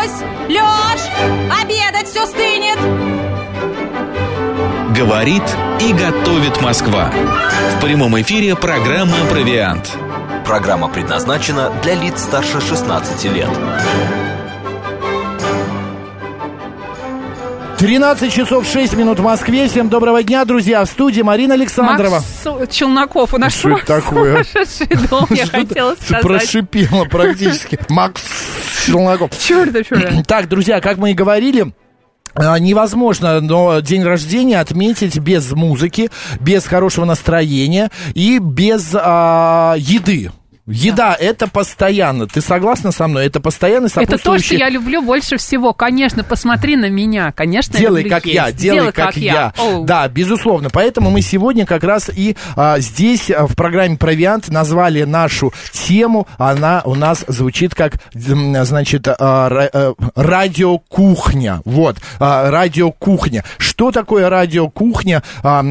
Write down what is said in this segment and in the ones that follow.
Марусь! Лёш! Обедать все стынет! Говорит и готовит Москва. В прямом эфире программа «Провиант». Программа предназначена для лиц старше 16 лет. 13 часов 6 минут в Москве. Всем доброго дня, друзья. В студии Марина Александрова. Макс Челноков. У нас что это такое? Сумасшедший дом, я хотела сказать. Прошипела практически. Макс Челноков. Чёрт. Так, друзья, как мы и говорили, невозможно, но день рождения отметить без музыки, без хорошего настроения и без еды. Еда, это постоянно. Ты согласна со мной? Это постоянно сопутствующий... Это то, что я люблю больше всего. Конечно, посмотри на меня. Конечно, делай как я, делай как я. Да, безусловно. Поэтому мы сегодня как раз и здесь в программе «Провиант» назвали нашу тему. Она у нас звучит как, значит, радиокухня. Вот, радиокухня. Что такое радиокухня?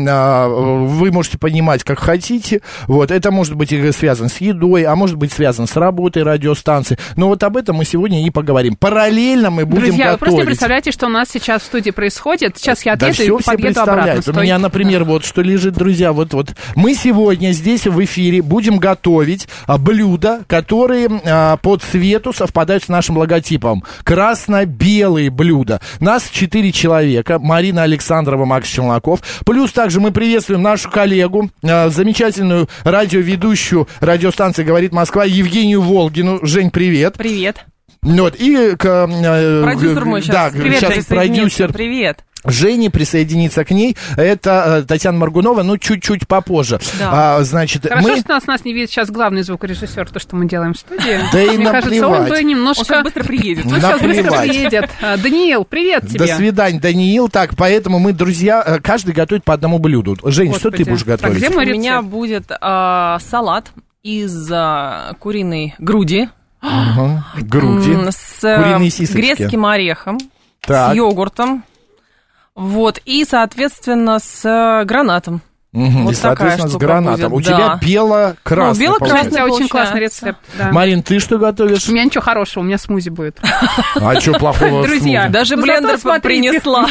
Вы можете понимать, как хотите. Вот, это может быть связано с едой, а может быть связано с работой радиостанции. Но вот об этом мы сегодня и поговорим. Параллельно мы будем Друзья, готовить. Вы просто не представляете, что у нас сейчас в студии происходит. Сейчас я отъеду и подъеду обратно. У меня, например, вот что лежит, друзья, вот. Мы сегодня здесь в эфире будем готовить блюда, которые по цвету совпадают с нашим логотипом. Красно-белые блюда. Нас 4 человека. Марина Александрова, Макс Челноков. Плюс также мы приветствуем нашу коллегу, замечательную радиоведущую радиостанции «Говорит Москва» Евгению Волгину. Жень, привет. Привет. Вот, и продюсер мой сейчас. Да, привет, сейчас Жень, продюсер. Привет. Женя присоединится к ней. Это Татьяна Моргунова, ну, чуть-чуть попозже. Да. Значит, хорошо, что нас не видит сейчас главный звукорежиссер, то, что мы делаем в студии. Да и мне кажется, он бы немножко... Он сейчас быстро приедет. Он сейчас быстро приедет. Даниил, привет тебе. До свидания, Даниил. Так, поэтому мы, друзья, каждый готовит по одному блюду. Жень, Господи, что ты будешь готовить? Где мой У рецепт? меня будет салат из куриной груди. Груди. С куриные сисочки. Грецким орехом. Так. С йогуртом. Вот, и, соответственно, с гранатом. Вот и, соответственно, с гранатом. будет, у тебя бело-красный. Бело-красный, очень классный рецепт. Да. Марин, ты что готовишь? У меня ничего хорошего, у меня смузи будет. А что плохого? Друзья, даже блендер принесла.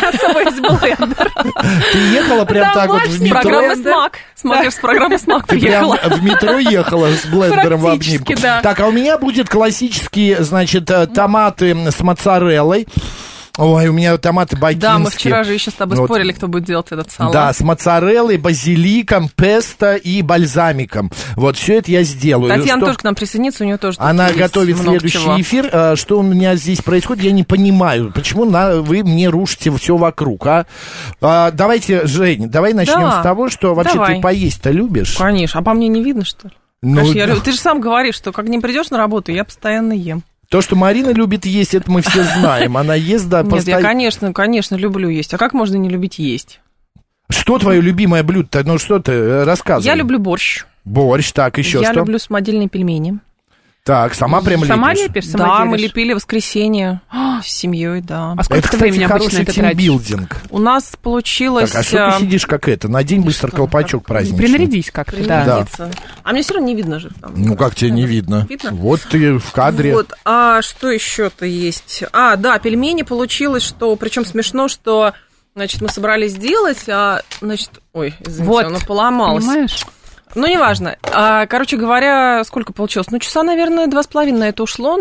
Ты ехала прям так вот в метро? Программа «Смак». Смотришь, с программы «Смак» приехала. Ты прям в метро ехала с блендером в обнимку. Так, а у меня будет классические, значит, томаты с моцареллой. Ой, у меня томаты бакинские. Да, мы вчера же еще с тобой спорили, кто будет делать этот салат. Да, с моцареллой, базиликом, песто и бальзамиком. Вот, все это я сделаю. Татьяна тоже к нам присоединится, у нее тоже она готовит следующий эфир. Что у меня здесь происходит, я не понимаю. Почему вы мне рушите все вокруг, а? Давайте, Жень, давай начнем с того, что вообще ты поесть-то любишь? Конечно, а по мне не видно, что ли? Конечно, ты же сам говоришь, что как не придешь на работу, я постоянно ем. То, что Марина любит есть, это мы все знаем. Она ест, да, постоянно. Нет, я, конечно, люблю есть. А как можно не любить есть? Что твое любимое блюдо-то? Ну, что ты рассказывай. Я люблю борщ. Борщ, так, еще что? Я люблю самодельные пельмени. Так, сама прям лепишь? Да, мы лепили в воскресенье с семьей, да. А сколько времени обычно это тратишь? Тимбилдинг. У нас получилось... Так, а что ты сидишь как это? Надень быстро колпачок праздничный. Принарядись как-то, да. А мне все равно не видно же. Ну, как тебе не видно? Видно? Вот ты в кадре. Вот, а что еще-то есть? Да, пельмени получилось, что... Причем смешно, что, значит, мы собрались делать, значит... Ой, извините, вот, оно поломалось. Понимаешь? Ну, неважно. Короче говоря, сколько получилось? Ну, часа, наверное, 2,5 на это ушло.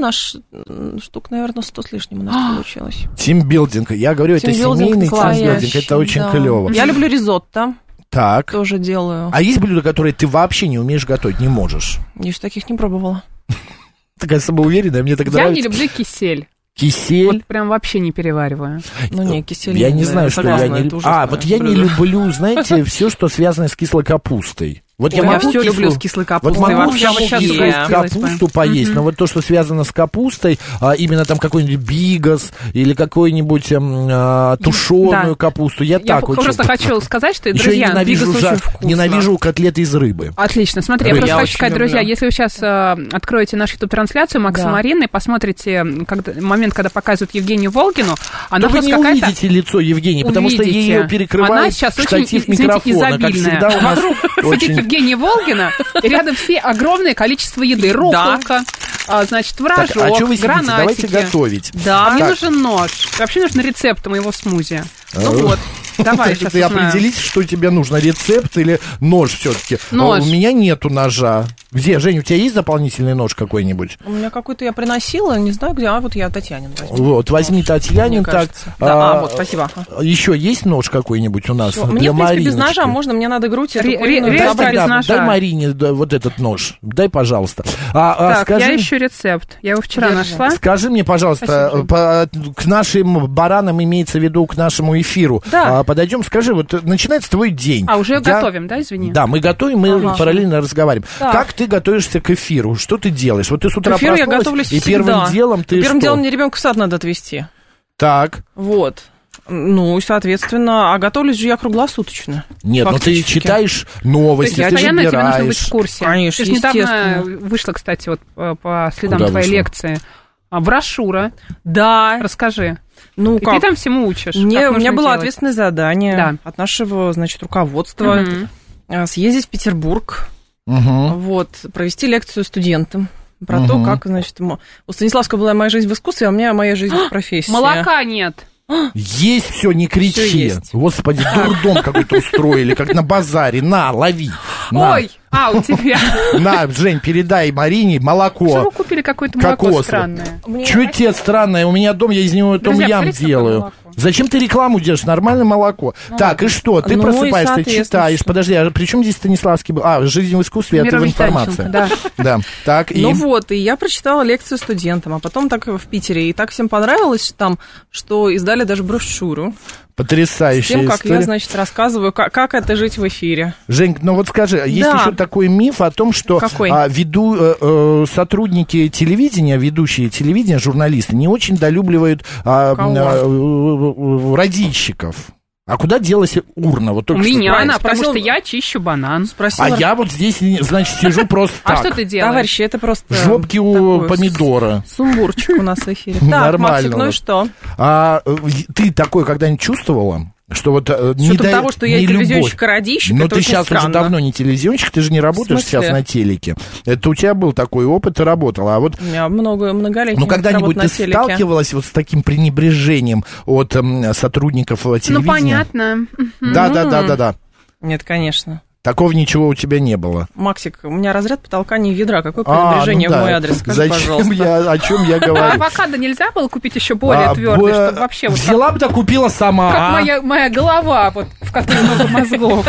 Штук, наверное, 100 с лишним у нас получилось. Тимбилдинг. Я говорю, это семейный тимбилдинг. Это очень клево. Я люблю ризотто. Так. Тоже делаю. А есть блюда, которые ты вообще не умеешь готовить, не можешь? Я же таких не пробовала. Такая самоуверенная, мне так нравится. Я не люблю кисель. Кисель? Вот прям вообще не перевариваю. Ну, не, кисель. Я не знаю, что я не люблю. Вот я не люблю, знаете, все, что связано с кислой капустой. Вот я все люблю с кислой капустой. Вот могу вообще капусту поесть, но вот то, что связано с капустой, именно там какой-нибудь бигос или какую-нибудь тушеную капусту, я так очень... Я просто хочу сказать, что, еще друзья, бигос очень вкусно. Ненавижу котлеты из рыбы. Отлично, смотри, я просто хочу сказать, друзья, если вы сейчас откроете нашу YouTube-трансляцию Макса Марины и посмотрите момент, когда показывают Евгению Волгину, она просто какая-то... Вы не увидите лицо Евгении, потому что ее перекрывает штатив микрофона, как всегда у нас очень... Евгения Волгина, и рядом все огромное количество еды. Рукколка, значит, творожок, так, а что вы сидите? гранатики. Давайте готовить. Да, мне Так. нужен нож. Вообще нужен рецепт моего смузи. Ну вот, давай сейчас Ты узнаем. определись, что тебе нужно, рецепт или нож все-таки. Нож. У меня нету ножа. Где, Жень, у тебя есть дополнительный нож какой-нибудь? У меня какой-то я приносила, не знаю где, вот я Татьянин возьму. Вот, возьми Татьянин, Мне так. кажется. Да, вот, спасибо. Еще есть нож какой-нибудь у нас? Всё. Мне, для в принципе, без Мариночки? ножа можно, мне надо грудь эту Ре- куриную ре- забрать. без ножа. Дай Марине вот этот нож. Дай, пожалуйста. Так, Скажи, я ищу рецепт. Я его вчера Держи. нашла. скажи мне, пожалуйста, к нашим баранам имеется в виду, к нашему эфиру. Да. Подойдем, скажи, вот начинается твой день. Уже готовим, да, извини? Да, мы готовим, мы параллельно разговариваем. Так. Как ты готовишься к эфиру? Что ты делаешь? Вот ты с утра К эфиру я проснулась, готовлюсь и всегда. первым делом ты Первым что? делом мне ребенка в сад надо отвезти. Так. Вот. Ну, и, соответственно, а готовлюсь же я круглосуточно. Нет, но ты фактически. читаешь новости, ты Постоянно тебе нужно быть выбираешь. в курсе. Конечно, Ты же недавно естественно. вышла, кстати, вот по следам Куда твоей вышла? лекции. Брошюра. Да. Расскажи. Ну, И как? ты там всему учишь. У меня как нужно было делать. ответственное задание Да. от нашего, значит, руководства съездить в Петербург, Мгм. вот, провести лекцию студентам про то, как, значит, у Станиславского была моя жизнь в искусстве, а у меня моя жизнь в профессии. Молока нет. Есть все, не кричи. Всё есть. Господи, дурдом какой-то устроили, как на базаре. На, лови. На. Ой, у тебя. На, Жень, передай Марине Что молоко. вы купили какое-то молоко Кокосовое. странное? Чё тебе странное? У меня дом, я из него Друзья, том-ям посмотрите, делаю. какое молоко. Зачем ты рекламу делаешь? Нормальное молоко. Так, и что? Ты Ну, и просыпаешься, соответственно, читаешь. что? Подожди, а при чем здесь Станиславский был? «Жизнь в искусстве», это в Мирович информации. Данченко, да. Да. Так, и... Ну вот, и я прочитала лекцию студентам, а потом так в Питере, и так всем понравилось там, что издали даже брошюру с Потрясающая тем, как история. я, значит, рассказываю, как это жить в эфире. Жень, ну вот скажи, есть Да. еще такой миф о том, что Какой? сотрудники телевидения, ведущие телевидения, журналисты, не очень долюбливают радищиков. А куда делась урна? Вот У только что меня правильно она, потому спросил. что я чищу банан. Спросила, А я вот здесь, значит, сижу просто А так. что ты делаешь? товарищи, это просто... Жопки у такой помидора. Сумбурчик у нас в эфире. Так, Нормально Максик, у ну и нас. что? Ты такое когда-нибудь чувствовала? Что вот С учетом того, что я телевизионщик и радищик, Но это ты очень сейчас странно. уже давно не телевизионщик, ты же не работаешь В смысле? сейчас на телеке. Это у тебя был такой опыт, ты работала. А вот У меня многолетний ну, когда-нибудь работа ты на телеке. сталкивалась вот с таким пренебрежением от сотрудников телевидения? Ну, понятно. Да. Нет, конечно. Такого ничего у тебя не было. Максик, у меня разряд потолка не ведра. Какое пренебрежение ну да. в мой адрес? Скажи, Зачем пожалуйста. о чем я А говорю? авокадо нельзя было купить еще более твердый, чтобы вообще вот Взяла бы да купила сама. как моя голова, вот в которой много мозгов.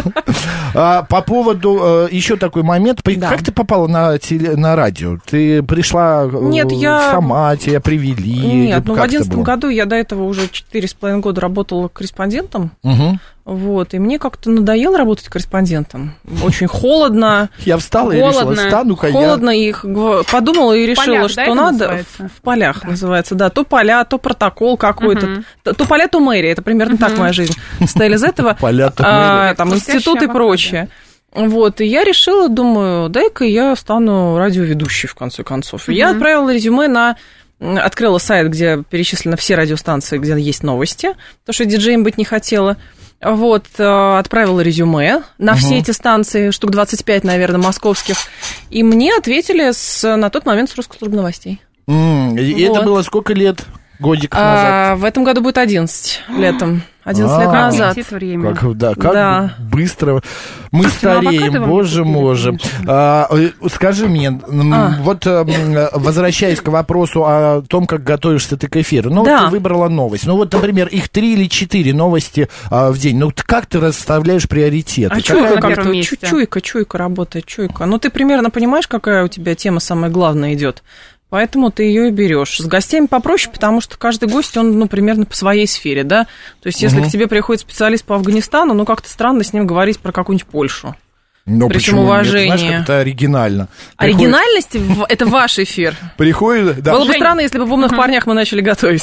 По поводу еще такой момент. Да. Как ты попала на радио? Ты пришла Нет, я- сама, тебя привели? Нет, ну в Как это 2011 было? году я до этого уже 4,5 года работала корреспондентом. Мгм. Вот, и мне как-то надоело работать корреспондентом. Очень холодно, Я встала и решила, Холодно. стану-ка я. холодно, и подумала и решила, полях, да, что это надо... называется? В полях называется, да. То поля, то протокол какой-то. То поля, то мэрия. Это примерно так моя жизнь состояла из этого. Поля, то мэрия. Там Хрустящая институт и авокадо. прочее. Вот, и я решила, думаю, дай-ка я стану радиоведущей, в конце концов. И я отправила резюме открыла сайт, где перечислены все радиостанции, где есть новости, потому что диджеем быть не хотела. Вот, отправила резюме на все эти станции, штук 25, наверное, московских. И мне ответили на тот момент с Русской службы новостей. И это Вот. было сколько лет? Годик назад? В этом году будет 11 летом. 11 лет А. назад. Летит время. Как Да. быстро мы Слушайте, ну, стареем, авокадо вам боже купили, мой. конечно. Скажи мне, вот возвращаясь к вопросу о том, как готовишься ты к эфиру. Ну, Да. вот ты выбрала новость. Ну, вот, например, их 3 или 4 новости в день. Ну, как ты расставляешь приоритеты? А Какая чуйка на первом как-то, месте? чуйка работает, чуйка. Ну, ты примерно понимаешь, какая у тебя тема самая главная идет. Поэтому ты ее и берешь. С гостями попроще, потому что каждый гость, он, ну, примерно по своей сфере, да. То есть, если к тебе приходит специалист по Афганистану, ну, как-то странно с ним говорить про какую-нибудь Польшу. Ну, При всем почему нет? уважении. Знаешь, как это оригинально. Оригинальность – это ваш эфир. Приходит, да. Было бы Жень. странно, если бы в «Умных парнях» мы начали готовить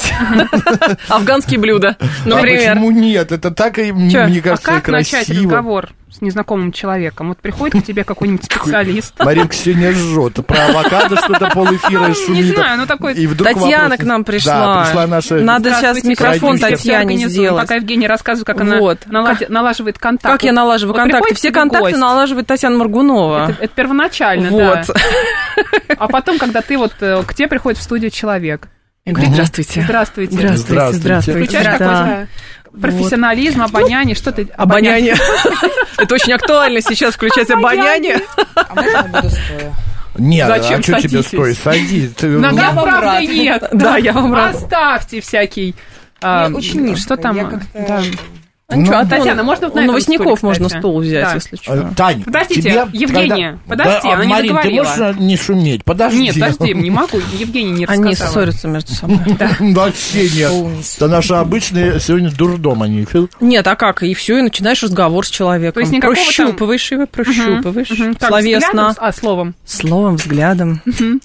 афганские блюда, А например. почему нет? Это так, и, мне кажется, как начать красиво. разговор с незнакомым человеком? Вот приходит к тебе какой-нибудь специалист. Маринка сегодня жжет. Про авокадо что-то полэфира шумит. Не знаю, ну такой... И вдруг Татьяна вопрос- к нам пришла. Да, пришла наша... Надо сейчас Здравствуйте, микрофон продюсер. Татьяне Организуем. сделать. Пока Евгения рассказывает, как Вот. она налаживает контакт. Как я налаживаю Вот контакты? приходит Все тебе контакты гость. налаживает Татьяна Маргунова. Это первоначально, Вот. да. А потом, когда ты вот к тебе приходит в студию человек. И говорит: здравствуйте. Здравствуйте. Включаешь какой-то профессионализм, обоняние, что ты... Обоняние. Это очень актуально сейчас, включать обоняние. А можно я буду стоя? Нет, зачем? А что тебе стоит? Садись. Нога правды нет. Да, я вам рад. Оставьте всякий... Очень низко. Что там? Ничего, Татьяна, можно у новостников можно стул взять, если что. Тань, подождите, Евгения, подожди, она не Марин, договорила. ты можешь не шуметь? Подожди. Нет, подожди, не могу, Евгения не рассказала. Они ссорятся между собой. Вообще нет. Это наши обычные сегодня дурдом они. Нет, а как? И все, и начинаешь разговор с человеком. То есть никакого прощупываешь его, Как, словесно. взглядом? Словом. Словом, взглядом.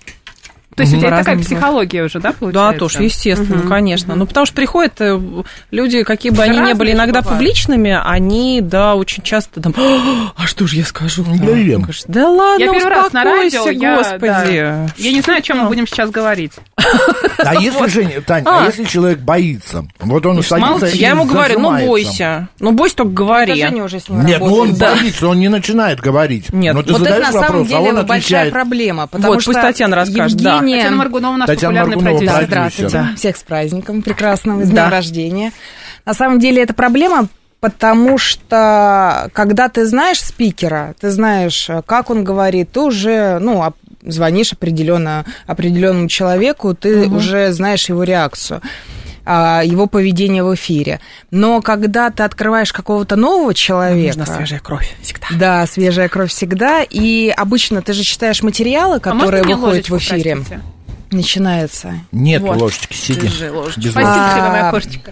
То есть у тебя такая психология уже, да, получается? Да, тоже, естественно, конечно. Ну, потому что приходят люди, какие бы они ни были иногда публичными, они, да, очень часто там: а что же я скажу? Да ладно, я первый раз на радио, господи. Я не знаю, о чем мы будем сейчас говорить. А если, Женя, Тань, если человек боится, вот он садится и я ему говорю: ну, зажимается. бойся, только говори. Женя уже с ним Нет, ну работает. он боится, он не начинает говорить. Нет, но ты Вот это задаешь на самом вопрос, а он деле большая отвечает. проблема, потому Вот, что пусть Татьяна расскажет, да. Татьяна Маргунова, наш популярный продюсер. Да, продюсер. здравствуйте. Всех с праздником прекрасным, с днем Да. рождения. На самом деле это проблема, потому что когда ты знаешь спикера, ты знаешь, как он говорит, ты уже, звонишь определенному человеку, ты уже знаешь его реакцию, его поведение в эфире. Но когда ты открываешь какого-то нового человека... Нужна свежая кровь всегда. Да, свежая кровь всегда. И обычно ты же читаешь материалы, которые выходят в эфире. Начинается. Нет Вот. ложечки, сиди. Держи ложечку. Без Спасибо, ложечки. моя кошечка.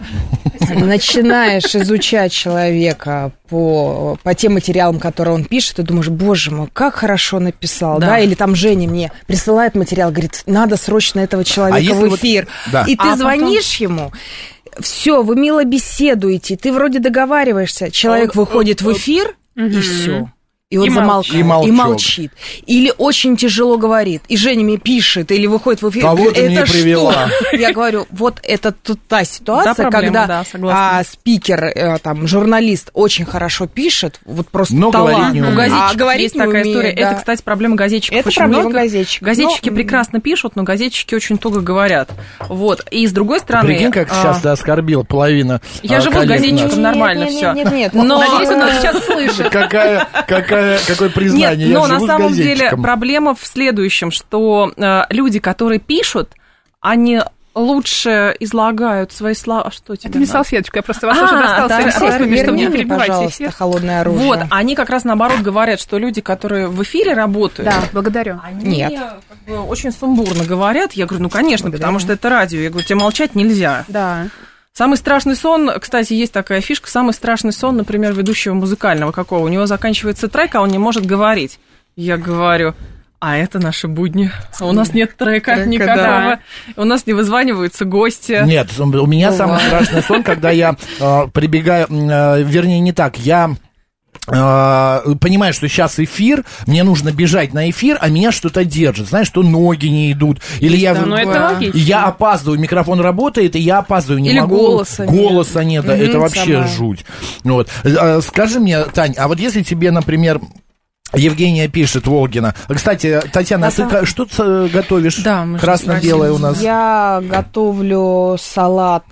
Начинаешь изучать человека по тем материалам, которые он пишет, и думаешь: боже мой, как хорошо написал, да? Или там Женя мне присылает материал, говорит: надо срочно этого человека в эфир. Да. И ты звонишь ему, все, вы мило беседуете, ты вроде договариваешься, человек выходит в эфир, и все. И он замолкает, и молчит. Или очень тяжело говорит. И Женя мне пишет, или выходит в эфир. Кого ты мне привела? Что? Я говорю, вот это та ситуация, Да, проблема, когда да, спикер, журналист очень хорошо пишет, вот просто но талант. говорить не У умеет. газетчиков говорить есть не такая умеет, история. да. Это, кстати, проблема газетчиков Это очень проблема много. газетчиков. Газетчики прекрасно пишут, но газетчики очень туго говорят. Вот. И с другой стороны... Прикинь, как сейчас ты оскорбила половину. Я живу с газетчиком нормально все. Нет. Но... Надеюсь, он нас сейчас слышит. Какое признание. Нет, Я но живу на с самом деле газетчиком. проблема в следующем, что люди, которые пишут, они лучше излагают свои слова. А что тебе Это не надо? салфеточка, я просто вас уже достала своими так, просьбами, чтобы не Верни мне, перебивать пожалуйста, эфир. холодное оружие. Вот, они как раз наоборот говорят, что люди, которые в эфире работают, Да, благодарю. они Нет. как бы очень сумбурно говорят. Я говорю: ну, конечно, потому что это радио. Я говорю: тебе молчать нельзя. Да. Самый страшный сон, кстати, есть такая фишка, самый страшный сон, например, ведущего музыкального какого. У него заканчивается трек, а он не может говорить. Я говорю: а это наши будни. У нас нет трека никакого. У нас не вызваниваются гости. Нет, у меня самый страшный сон, когда я прибегаю, вернее, не так, я понимаю, что сейчас эфир, мне нужно бежать на эфир, а меня что-то держит, знаешь, что ноги не идут, или это логично. я опаздываю, микрофон работает, и я опаздываю, не Или могу. голоса нет, это вообще жуть. Вот. Скажи мне, Тань, а вот если тебе, например, Евгения пишет, Волгина. Кстати, Татьяна, ты что готовишь? Да, мы же красно-белое у нас. Я готовлю салат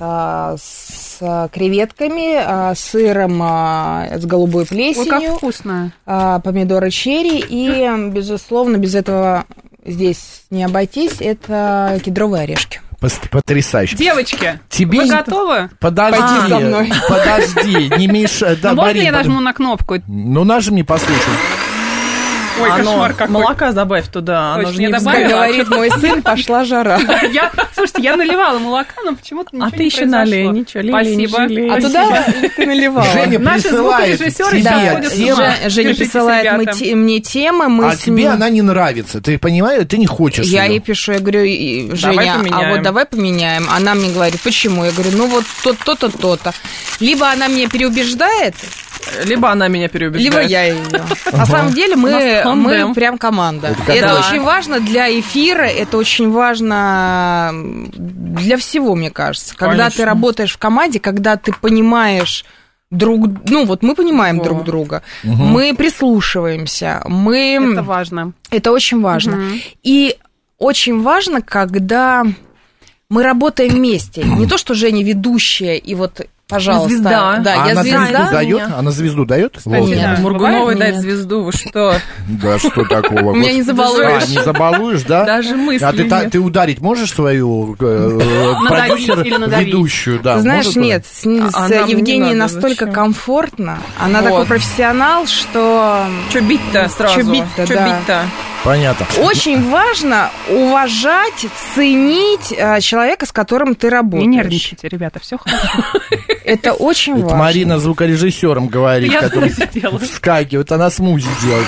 с креветками, сыром с голубой Ой, плесенью, как вкусно. помидоры черри и, безусловно, без этого здесь не обойтись, это кедровые орешки. Потрясающе. Девочки, Тебе вы не- готовы? Подожди, со мной. подожди, не мешай. Да, Можно Марин, я нажму на кнопку? Ну, нажми, послушай. Ой, кошмар какой. Молока добавь туда. Оно Точно, же я не Как добавила. говорит мой сын, пошла жара. Слушайте, я наливала молока, но почему-то ничего А не ты еще произошло. налей, ничего, лей, не Спасибо. жалей. А туда ты наливала. Женя Наши присылает звукорежиссеры тебе сейчас темы, ходят Женя Держитесь, присылает ребята. мне темы, мы а с тебе ним... она не нравится. Ты понимаешь, ты не хочешь Я её. ей пишу, я говорю: Женя, а поменяем. вот давай поменяем. Она мне говорит: почему? Я говорю: ну вот то-то, то-то. Либо она меня переубеждает, Либо она меня переубеждает. либо я ее. На самом деле У нас мы тандем. прям команда. как Это да. очень важно для эфира, это очень важно для всего, мне кажется. Когда Конечно. ты работаешь в команде, когда ты понимаешь, мы понимаем друг друга, мы прислушиваемся, Это важно. Это очень важно. И очень важно, когда мы работаем вместе. Не то, что Женя ведущая, и вот, пожалуйста. Звезда. Да, я она звезда. звезду дает? Она звезду дает? Нет, Моргуновой дать зввзвезду, вы что? Да, что такого? Меня не забалуешь. Не забалуешь, да? Даже мысли А ты ударить можешь свою продюсер-ведущую? Да, знаешь, нет, с Евгенией настолько комфортно, она такой профессионал, что... Что бить-то сразу? Что бить-то? Понятно. Очень важно уважать, ценить человека, с которым ты работаешь. Не нервничайте, ребята, все хорошо. Это очень важно. Это Марина звукорежиссером говорит, который вскакивает, она смузи делает.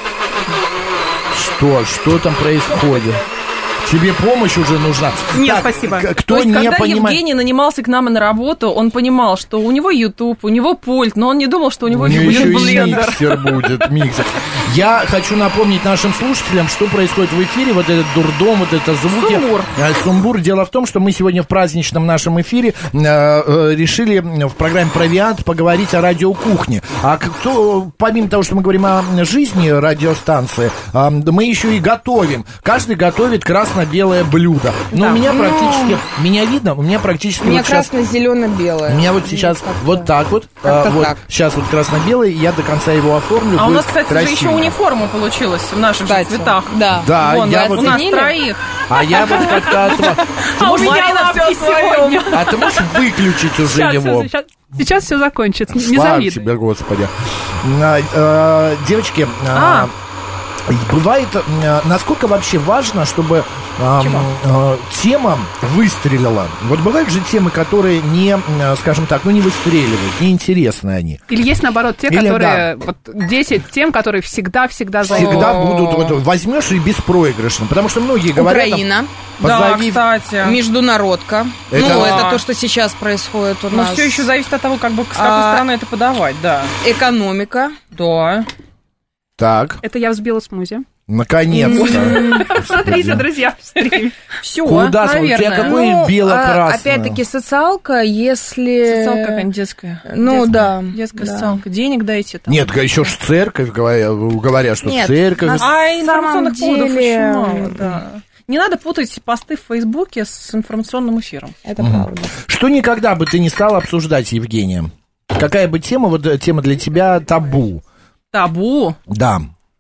Что там происходит? Тебе помощь уже нужна? Нет, спасибо. Кто То есть, не когда понимает... Евгений нанимался к нам на работу, он понимал, что у него YouTube, у него пульт, но он не думал, что у него еще будет блендер. Миксер будет, миксер. Я хочу напомнить нашим слушателям, что происходит в эфире, вот этот дурдом, вот это звуки. Сумбур. Дело в том, что мы сегодня в праздничном нашем эфире решили в программе «Провиант» поговорить о радиокухне. А кто, помимо того, что мы говорим о жизни радиостанции, мы еще и готовим. Каждый готовит красно-белое блюдо. Но у меня практически... Меня видно? У меня практически... У меня красно-зелено-белое. У меня вот сейчас вот так вот. Сейчас вот красно-белый, я до конца его оформлю. А у нас, кстати, же еще униформа получилась в наших цветах. Да, вон, я вот у нас троих. А я вот как-то... А у меня все своем. А ты можешь выключить уже его? Сейчас все закончится, не Слава завидуй. тебе, Господи. Девочки... Бывает, насколько вообще важно, чтобы тема выстрелила? Вот бывают же темы, которые не, скажем так, не выстреливают, неинтересны они. Или есть, наоборот, те, которые... Вот 10 тем, которые всегда зайдут. Всегда будут. Вот, возьмешь и беспроигрышно. Потому что многие говорят... Украина. Да, кстати. Международка. Это то, что сейчас происходит у нас. Но все еще зависит от того, с какой стороны это подавать, да. Экономика. Да. Так. Это я взбила смузи. Наконец-то. Смотрите, друзья, в стриме. Все, куда? У тебя какое бело-красное? Опять-таки, социалка, если... Социалка какая-нибудь детская. Детская социалка. Денег дайте там. Нет, еще ж церковь, говорят, что церковь... Информационных поводов еще мало, да. Не надо путать посты в Фейсбуке с информационным эфиром. Это правда. Что никогда бы ты не стала обсуждать, Евгения? Какая бы тема, вот тема для тебя табу? Табу? Да.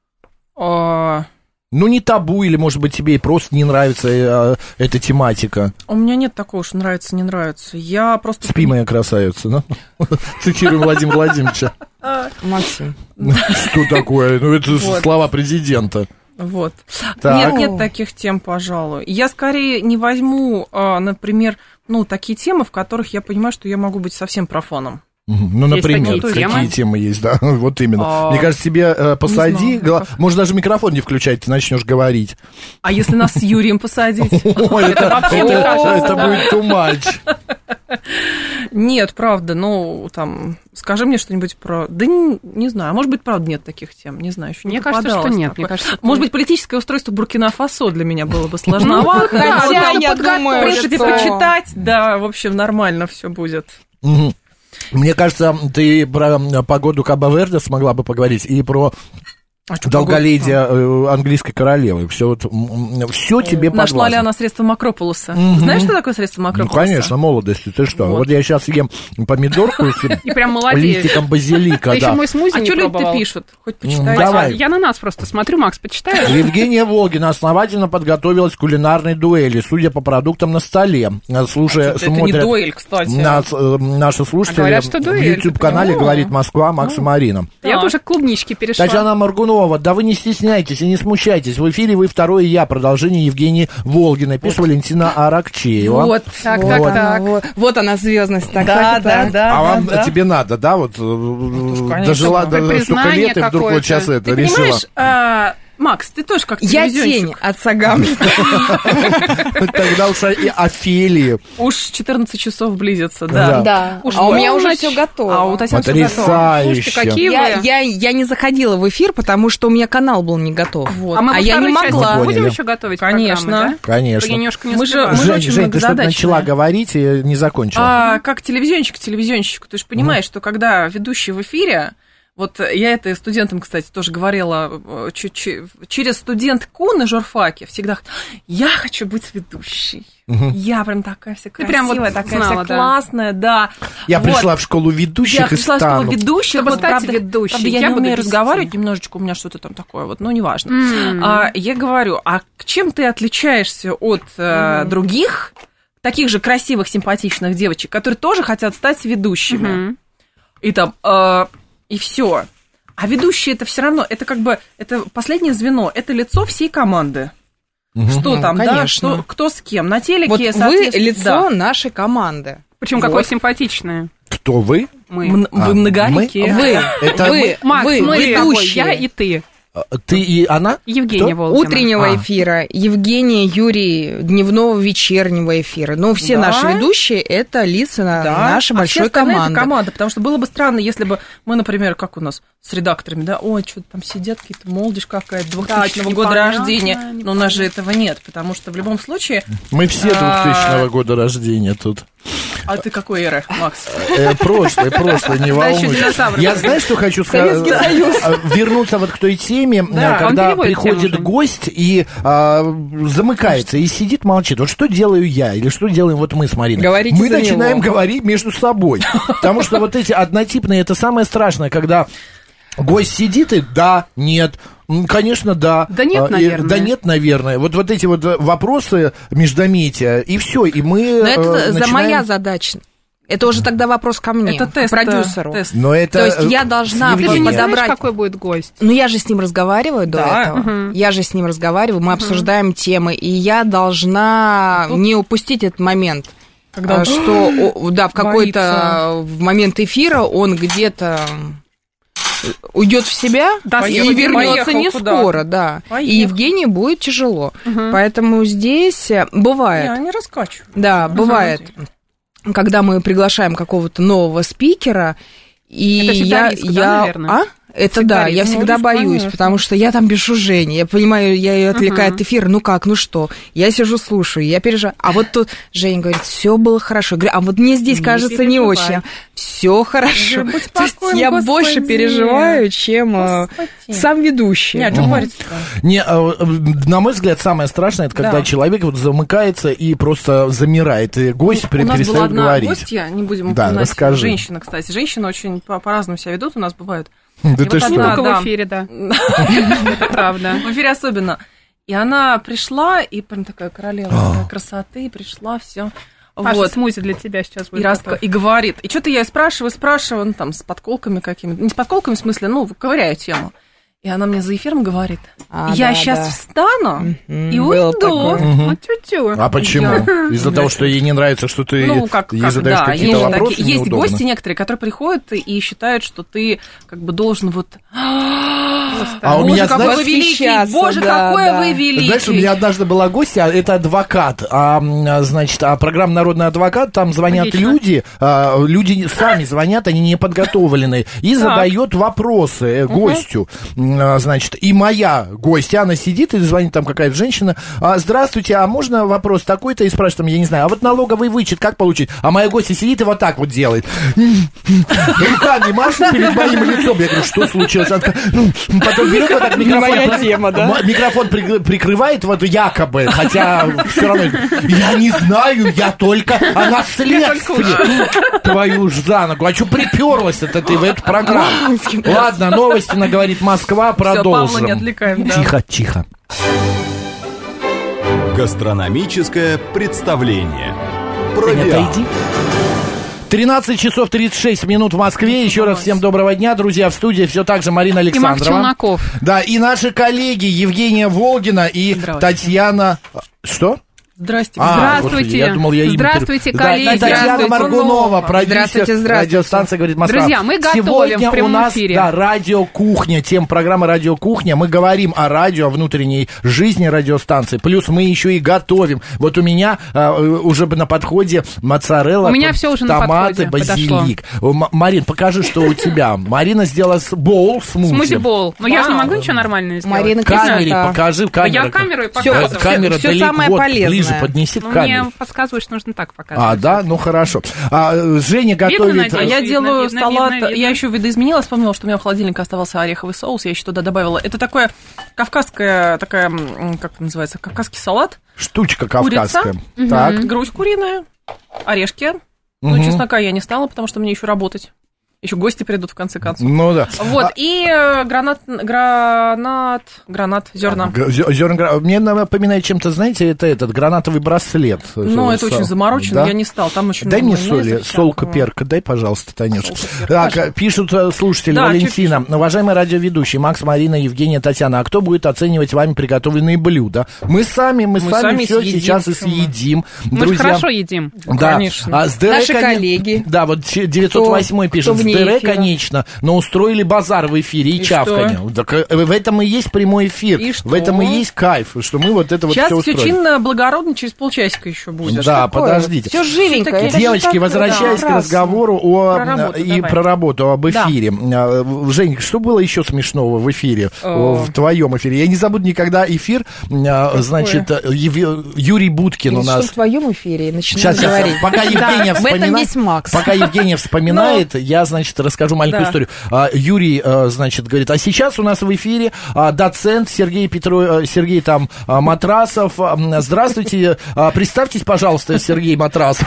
Не табу, или, может быть, тебе и просто не нравится эта тематика. У меня нет такого, что нравится, не нравится. Я просто... Спи, моя красавица, да? Цитируем Владимира Владимировича. Максим. Что такое? Это слова президента. Вот. Нет таких тем, пожалуй. Я скорее не возьму, например, такие темы, в которых я понимаю, что я могу быть совсем профаном. Например, какие темы есть, да, вот именно. Мне кажется, тебе посади, может, даже микрофон не включать, ты начнешь говорить. А если нас с Юрием посадить? Это будет too much. Нет, правда, скажи мне что-нибудь про... Да не знаю, может быть, правда, нет таких тем, не знаю, еще не попадалось. Мне кажется, что нет. Мне кажется, может быть, политическое устройство Буркина-Фасо для меня было бы сложновато. Хотя, я думаю, в принципе, почитать, да, в общем, нормально все будет. Мне кажется, ты про погоду Кабо-Верде смогла бы поговорить и про долголетие английской королевы. Все тебе под глазом. Нашла ли она средства Макрополуса? Знаешь, что такое средство Макрополуса? Конечно, молодости. Ты что? Вот я сейчас ем помидорку с листиком базилика. Ты еще мой смузи не пробовал. А что люди-то пишут? Хоть почитай. Давай. Я на нас просто смотрю. Макс, почитаешь? Евгения Волгина основательно подготовилась к кулинарной дуэли, судя по продуктам на столе. Слушая, это не дуэль, кстати. Наши слушатели в YouTube-канале «Говорит Москва», Макс и Марина. Я тоже к клубничке перешла. Татьяна Моргунова. Да вы не стесняйтесь и не смущайтесь. В эфире «Вы второе я». Продолжение Евгении Волгиной. Пишет Валентина Аракчеева. Вот. Вот она, звездность. Да. А вам тебе надо, да? Вот дожила до столько лет, и вдруг вот сейчас это решила. Понимаешь, Макс, ты тоже как Я телевизионщик. тень отца Гамлета. Тогда уж и Офелии. Уж 14 часов близится, да. Да. Уж А у меня уже полночь. все готово. А у Татьяны все готово. Потрясающе. Слушайте, какие вы... Я не заходила в эфир, потому что у меня канал был не готов. Вот. А мы во я не второй части могла. будем Поняли. еще готовить Конечно. программы, да? Конечно. Я немножко не Мы же- успеваю. мы Жень, очень Жень, ты что-то многозадачные. начала говорить и не закончила. Как телевизионщику, ты же понимаешь, что когда ведущий в эфире, вот я это студентам, кстати, тоже говорила, через студентку на журфаке всегда, я хочу быть ведущей. Я прям такая вся красивая, прям вот такая знала, вся да. классная, да. Я Вот. пришла в школу ведущих Я и пришла в школу стану. ведущих, Чтобы вот, стать правда, ведущей. правда, я Я не буду умею вести. разговаривать, немножечко у меня что-то там такое, вот, ну, неважно. Я говорю, а чем ты отличаешься от других, таких же красивых, симпатичных девочек, которые тоже хотят стать ведущими? И там, и все. А ведущие это все равно, это как бы, это последнее звено, это лицо всей команды. Что там, да, конечно. что, кто с кем. На телеке, Вот вы соответственно, лицо нашей команды. Причем какое симпатичное. Кто вы? Мы. Вы многоликие. Вы, Это вы, Макс, вы, мы с тобой, ведущие. я и ты. Ты и она? Евгения Кто? Волгина. Утреннего эфира, Евгения, Юрий, дневного вечернего эфира. Ну, все Да. наши ведущие – это лица нашей А все большой остальные команды. это команда, потому что было бы странно, если бы мы, например, как у нас с редакторами, да, ой, что-то там сидят какие-то молодежь какая-то 2000 года непонятно, рождения, но у нас же этого нет, потому что в любом случае, Мы все 2000 года рождения тут. а ты какой эры, Макс? Прошлое, не Да, еще волнуйся. динозавры Я были. знаешь, что хочу сказать? Вернуться вот к той теме, Да, он когда переводит приходит тему, Жень. гость и замыкается, и сидит, молчит. Вот что делаю я, или что делаем вот мы с Мариной? Говорите Мы за начинаем него. говорить между собой. Потому что вот эти однотипные, это самое страшное, когда гость сидит и да, нет, конечно, да. Да нет, И наверное. Да нет, наверное. Вот эти вот вопросы междометия, и все, и мы Но это начинаем... моя задача. Это уже тогда вопрос ко мне, Это тест, к продюсеру. тест. Но это... То есть я должна Евгения. Ты же не знаешь, подобрать... какой будет гость. Ну, я же с ним разговариваю до Да. этого. Я же с ним разговариваю, мы обсуждаем темы, и я должна не упустить этот момент. Когда он что, да, в какой-то в момент эфира он где-то уйдет в себя Да, и съедет, вернется поехал не куда-то. скоро, да. Поехал. И Евгении будет тяжело. Поэтому здесь бывает. Я не раскачиваю. Да, бывает, когда мы приглашаем какого-то нового спикера, и Это всегда риск, да, наверное? Это Всегда да, риск. я Ну, всегда риск, боюсь, конечно. потому что я там пишу Жене, я понимаю, я ее отвлекаю от эфира, ну как, ну что, я сижу, слушаю, я переживаю, а вот тут Женя говорит, все было хорошо, я говорю, а вот мне здесь Не кажется не переживай. очень, все хорошо, Будь то есть спокоен, я Господи. больше переживаю, чем Господи. сам ведущий. Не, о чем говорится-то? Не, на мой взгляд, самое страшное, это когда Да. человек вот замыкается и просто замирает, и гость У нас была перестает одна говорить. гостья, не будем Да, упоминать, расскажи. женщина, кстати. Женщины очень по-разному себя ведут, у нас бывают. Да И ты вот что? Не одна- только да. в эфире, да. Это правда. В эфире особенно. И она пришла, и прям такая королева такая красоты, пришла, все. Паша, Вот. смузи для тебя сейчас будет. И говорит. И что-то я ей спрашиваю, ну, там, с подколками какими-то. Не с подколками, в смысле, ну, ковыряю тему. И она мне за эфиром говорит, я да, сейчас да. встану и было уйду. такое. Ну, тю-тю. А почему? Из-за того, что ей не нравится, что ты Ну, как, ей задаешь да, какие-то есть, вопросы есть неудобно. гости некоторые, которые приходят и считают, что ты как бы должен вот... А у меня, какой знаешь, вы великий! восхищаться, Боже, да, какой да. вы великий! Знаешь, у меня однажды была гостья, это адвокат, значит, программа «Народный адвокат», там звонят Отлично. люди сами звонят, они не подготовленные, и задает вопросы гостю, значит, и моя гостья, она сидит и звонит там какая-то женщина, здравствуйте, а можно вопрос такой-то, и спрашивает там, я не знаю, а вот налоговый вычет как получить? А моя гостья сидит и вот так вот делает, руками машет перед моим лицом, я говорю, что случилось? Она такая, потом берет вот так микрофон, моя тема, да? микрофон прикрывает вот якобы, хотя все равно, я не знаю, я только о наследстве. Твою ж за ногу, а что приперлась-то ты в эту программу? Ладно, новости на «Говорит Москва», Всё, Павла продолжим. не отвлекаем, да. Тихо, тихо. Гастрономическое представление. Женя, Провиант. отойди. 13 часов 36 минут в Москве. Еще раз всем доброго дня, друзья. В студии все так же Марина И Марк Александрова. Челноков. Да, и наши коллеги Евгения Волгина и Здравствуйте. Татьяна... Что? Здрасте. Здравствуйте. Я думал, я Здравствуйте, коллеги. Татьяна Маргунова, продюсер радиостанции «Говорит Москва». Друзья, мы готовим сегодня в прямом у нас, эфире. Да, радиокухня, тема программы «Радиокухня». Мы говорим о радио, о внутренней жизни радиостанции. Плюс мы еще и готовим. Вот у меня уже на подходе моцарелла, у меня все уже томаты, базилик. Марин, покажи, что у тебя. Марина сделала боул, смузи. Смузи-боул. Но я же не могу ничего нормального сделать. Марина, камере покажи. Я камеру и показываю. Камера Все далеко. самое Вот, полезное. ближе поднеси к камере. Мне подсказывают, что нужно так показывать. А, да? Ну, хорошо. Женя готовит... надеюсь? Я делаю видно, салат, видно. я еще видоизменила, вспомнила, что у меня в холодильнике оставался ореховый соус, я еще туда добавила. Это такое кавказская, такая, как это называется, кавказский салат. Штучка кавказская. Курица, Так. грудь куриная, орешки. Ну, чеснока я не стала, потому что мне еще работать. Еще гости придут, в конце концов. Ну, да. Вот, и гранат, зерна. Зерна. Мне напоминает чем-то, знаете, это этот гранатовый браслет. Ну, это очень заморочено, да? я не стал. Там очень дай много мне майонеза соли, всякого. солка, перка, дай, пожалуйста, Танюш. Солка, Так, пишут слушатели, Да, Валентина. Уважаемые радиоведущие, Макс, Марина, Евгения, Татьяна, а кто будет оценивать вами приготовленные блюда? Мы сами все съедим, сейчас и съедим. Мы же Друзья. хорошо едим. Да. Конечно. Наши коллеги. Да, вот 908 пишет, кто с вне ДР, эфира. конечно, но устроили базар в эфире и чавканье. Так, в этом и есть прямой эфир. И что? В этом и есть кайф, что мы вот это Сейчас вот все все устроим. чинно, благородно, через полчасика еще будет. Да, подождите. Все живенько. Всё-таки это же Девочки, так, возвращаясь да, к разговору Про работу давай. про работу, об Да. эфире. Жень, что было еще смешного в эфире, в твоем эфире? Я не забуду никогда эфир, значит, Юрий Будкин у Что нас. в твоем эфире начинаем Сейчас, говорить. пока Евгения В этом весь вспоминает, Макс. пока Евгения вспоминает, я, значит, расскажу маленькую Да. историю. Юрий, значит, говорит, а сейчас у нас в эфире доцент Сергей там Матрасов. Здравствуйте, представьтесь, пожалуйста, Сергей Матрасов.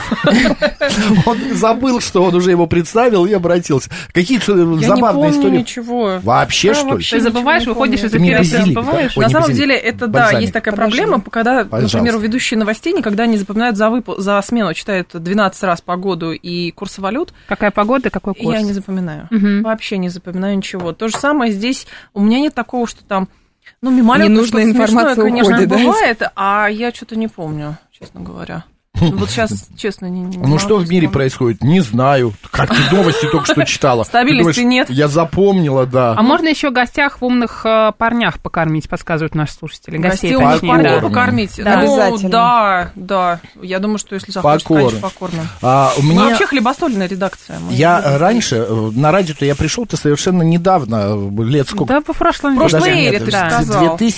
Он забыл, что он уже его представил и обратился. Какие-то Я забавные не помню истории. ничего. Вообще, Да, что ли? вообще. Ты забываешь, ничего не выходишь помню. из Ты мне эфира, все базилик, забываешь. Ой, На не самом базилик, деле, это, да, бальзамик. есть такая проблема, когда, Пожалуйста. например, ведущие новостей никогда не запоминают за смену, читают 12 раз погоду и курсы валют. Какая погода, какой курс? Я не запоминаю. Мгм. Вообще не запоминаю ничего. То же самое здесь. У меня нет такого, что там, ну, мимолетно Ненужная что-то информация смешное, конечно, уходит, да? бывает, а я что-то не помню, честно говоря. Вот сейчас, честно, не Ну, могу что в мире вспомнить. происходит? Не знаю. Как ты новости только что читала? Ты Стабильности думаешь, нет. Я запомнила, да. А можно еще гостях в умных парнях покормить, подсказывают наши слушатели. Гостей Гостей, умных точнее, парней да. покормить. Да. Ну, Обязательно. да. Я думаю, что если захочешь, Покормим. конечно, покормим. У Мы меня... вообще хлебосольная редакция. Мы Я любим раньше, на радио-то я пришел-то совершенно недавно, лет сколько? Да, по прошлом В прошлой веке. эре, ты же Да. сказал. В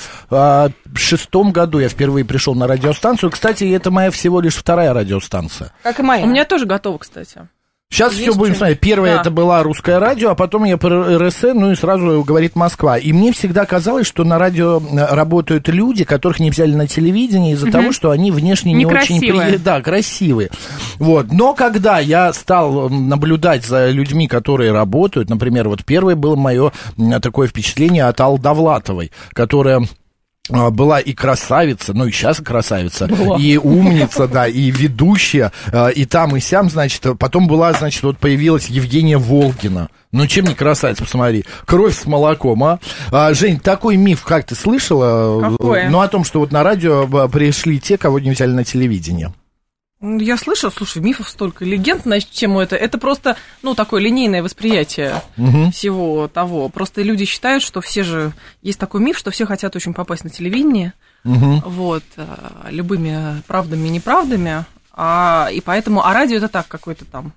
2006 году я впервые пришел на радиостанцию. Кстати, это моя всего лишь вторая радиостанция. Как и моя. У меня тоже готово, кстати. Сейчас Есть все будем что-нибудь? смотреть. Первое Да. это была русское радио, а потом я про РСН, ну и сразу говорит Москва. И мне всегда казалось, что на радио работают люди, которых не взяли на телевидение из-за того, что они внешне не очень Некрасивые. да, красивые. Вот. Но когда я стал наблюдать за людьми, которые работают, например, вот первое было мое такое впечатление от Аллы Довлатовой, которая была и красавица, ну и сейчас красавица, и умница, да, и ведущая, и там, и сям, значит, потом была, значит, вот появилась Евгения Волгина. Ну, чем не красавица, посмотри. Кровь с молоком, а? Жень, такой миф, как ты слышала? Какой? Ну, о том, что вот на радио пришли те, кого не взяли на телевидение. Я слышала, слушай, мифов столько, легенд на тему это просто, ну, такое линейное восприятие всего того. Просто люди считают, что все же, есть такой миф, что все хотят очень попасть на телевидение, вот, любыми правдами и неправдами, и поэтому, а радио это так, какой-то там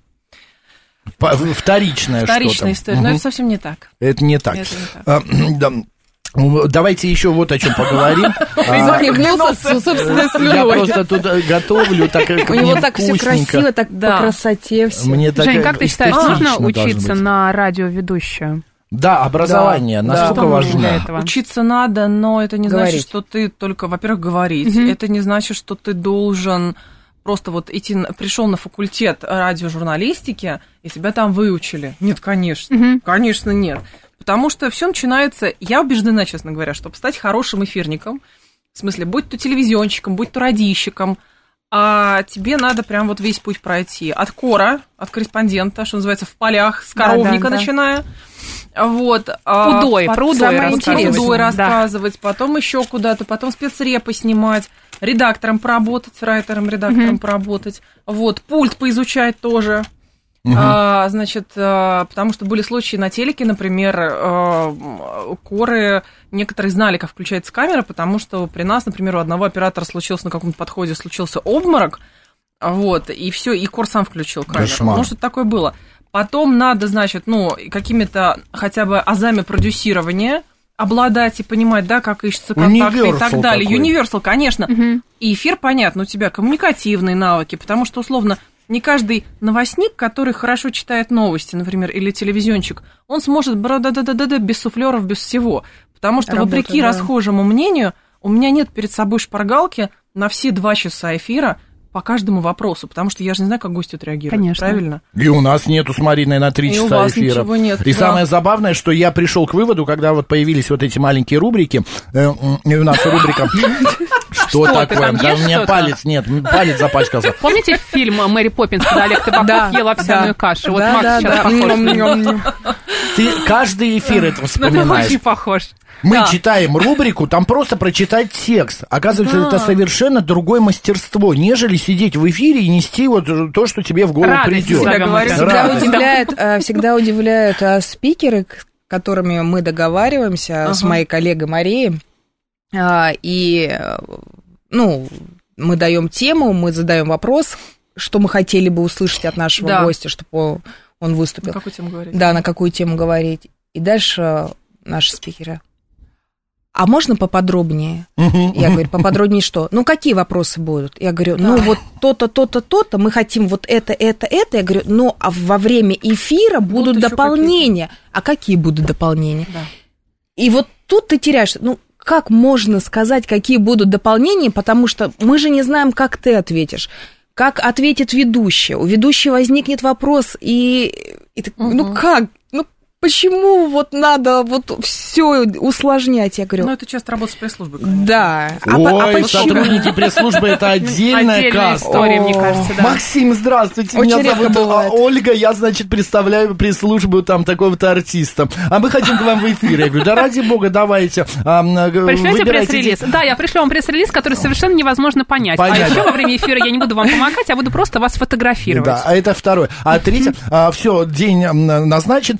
Вторичная что-то. история, но это совсем не так. Это не так. Это не так. Да. Давайте еще вот о чем поговорим. Захлебнулся собственной Я слюной. просто тут готовлю, так как У него так все красиво, так Да. по красоте все. Мне так Жень, как ты считаешь, эстетично нужно должно учиться быть. на радиоведущую? Да, образование, Да, насколько Что нужно для важно. этого? Учиться надо, но это не Говорить. значит, что ты только, во-первых, говорить. Это не значит, что ты должен просто вот пришел на факультет радиожурналистики, и тебя там выучили. Нет, конечно. Конечно, нет. Потому что все начинается, я убеждена, честно говоря, чтобы стать хорошим эфирником, в смысле, будь то телевизионщиком, будь то радищиком, а тебе надо прям вот весь путь пройти. От кора, от корреспондента, что называется, в полях, с коровника да. начиная, Вот. Про удой рассказывать, потом еще куда-то, потом спецрепы снимать, редактором поработать, райтером-редактором поработать. Вот, пульт поизучать тоже. Значит, потому что были случаи на телеке, например, коры, некоторые знали, как включается камера, потому что при нас, например, у одного оператора случился на каком-то подходе, случился обморок, вот, и все, и кор сам включил камеру. Кошмар. Ну, что такое было. Потом надо, значит, какими-то хотя бы азами продюсирования обладать и понимать, да, как ищутся контакты и так далее. Universal, конечно. И эфир, понятно, у тебя коммуникативные навыки, потому что, условно, не каждый новостник, который хорошо читает новости, например, или телевизионщик, он сможет без суфлеров, без всего. Потому что, вопреки расхожему мнению, у меня нет перед собой шпаргалки на все 2 часа эфира по каждому вопросу, потому что я же не знаю, как гости отреагируют. Конечно. Правильно? И у нас нету с Мариной на 3 часа у вас эфира. Ничего нет. И самое забавное, что я пришел к выводу, когда вот появились вот эти маленькие рубрики, и у нас рубрика... Что такое? Да у меня палец запачкался. Помните фильм «Мэри Поппинс», когда Олег Табаков ел овсяную кашу? Вот Макс сейчас похож. Ты каждый эфир это вспоминаешь. Очень похож. Мы читаем рубрику, там просто прочитать текст. Оказывается, это совершенно другое мастерство, нежели сидеть в эфире и нести вот то, что тебе в голову придет. Всегда удивляют спикеры, с которыми мы договариваемся, с моей коллегой Марией. И, мы даем тему, мы задаем вопрос, что мы хотели бы услышать от нашего гостя, чтобы он выступил. На какую тему говорить? Да, на какую тему говорить. И дальше наши спикеры. А можно поподробнее? Я говорю, поподробнее что? Какие вопросы будут? Я говорю, вот то-то, то-то, то-то, мы хотим вот это. Я говорю, а во время эфира будут дополнения. А какие будут дополнения? Да. И вот тут ты теряешься. Как можно сказать, какие будут дополнения, потому что мы же не знаем, как ты ответишь, как ответит ведущий. У ведущего возникнет вопрос, и ты, как? Почему вот надо вот все усложнять? Я говорю... это часто работа с пресс-службой, конечно. Да. Ой, сотрудники пресс-службы, это отдельная каста. История, мне кажется, да. Максим, здравствуйте, меня зовут Ольга, я, представляю пресс-службу там такого-то артиста. А мы хотим к вам в эфир. Я говорю, да ради бога, давайте. Пришлете пресс-релиз? Да, я пришлю вам пресс-релиз, который совершенно невозможно понять. А еще во время эфира я не буду вам помогать, а буду просто вас фотографировать. Да, а это второе. А третье, все, день назначен,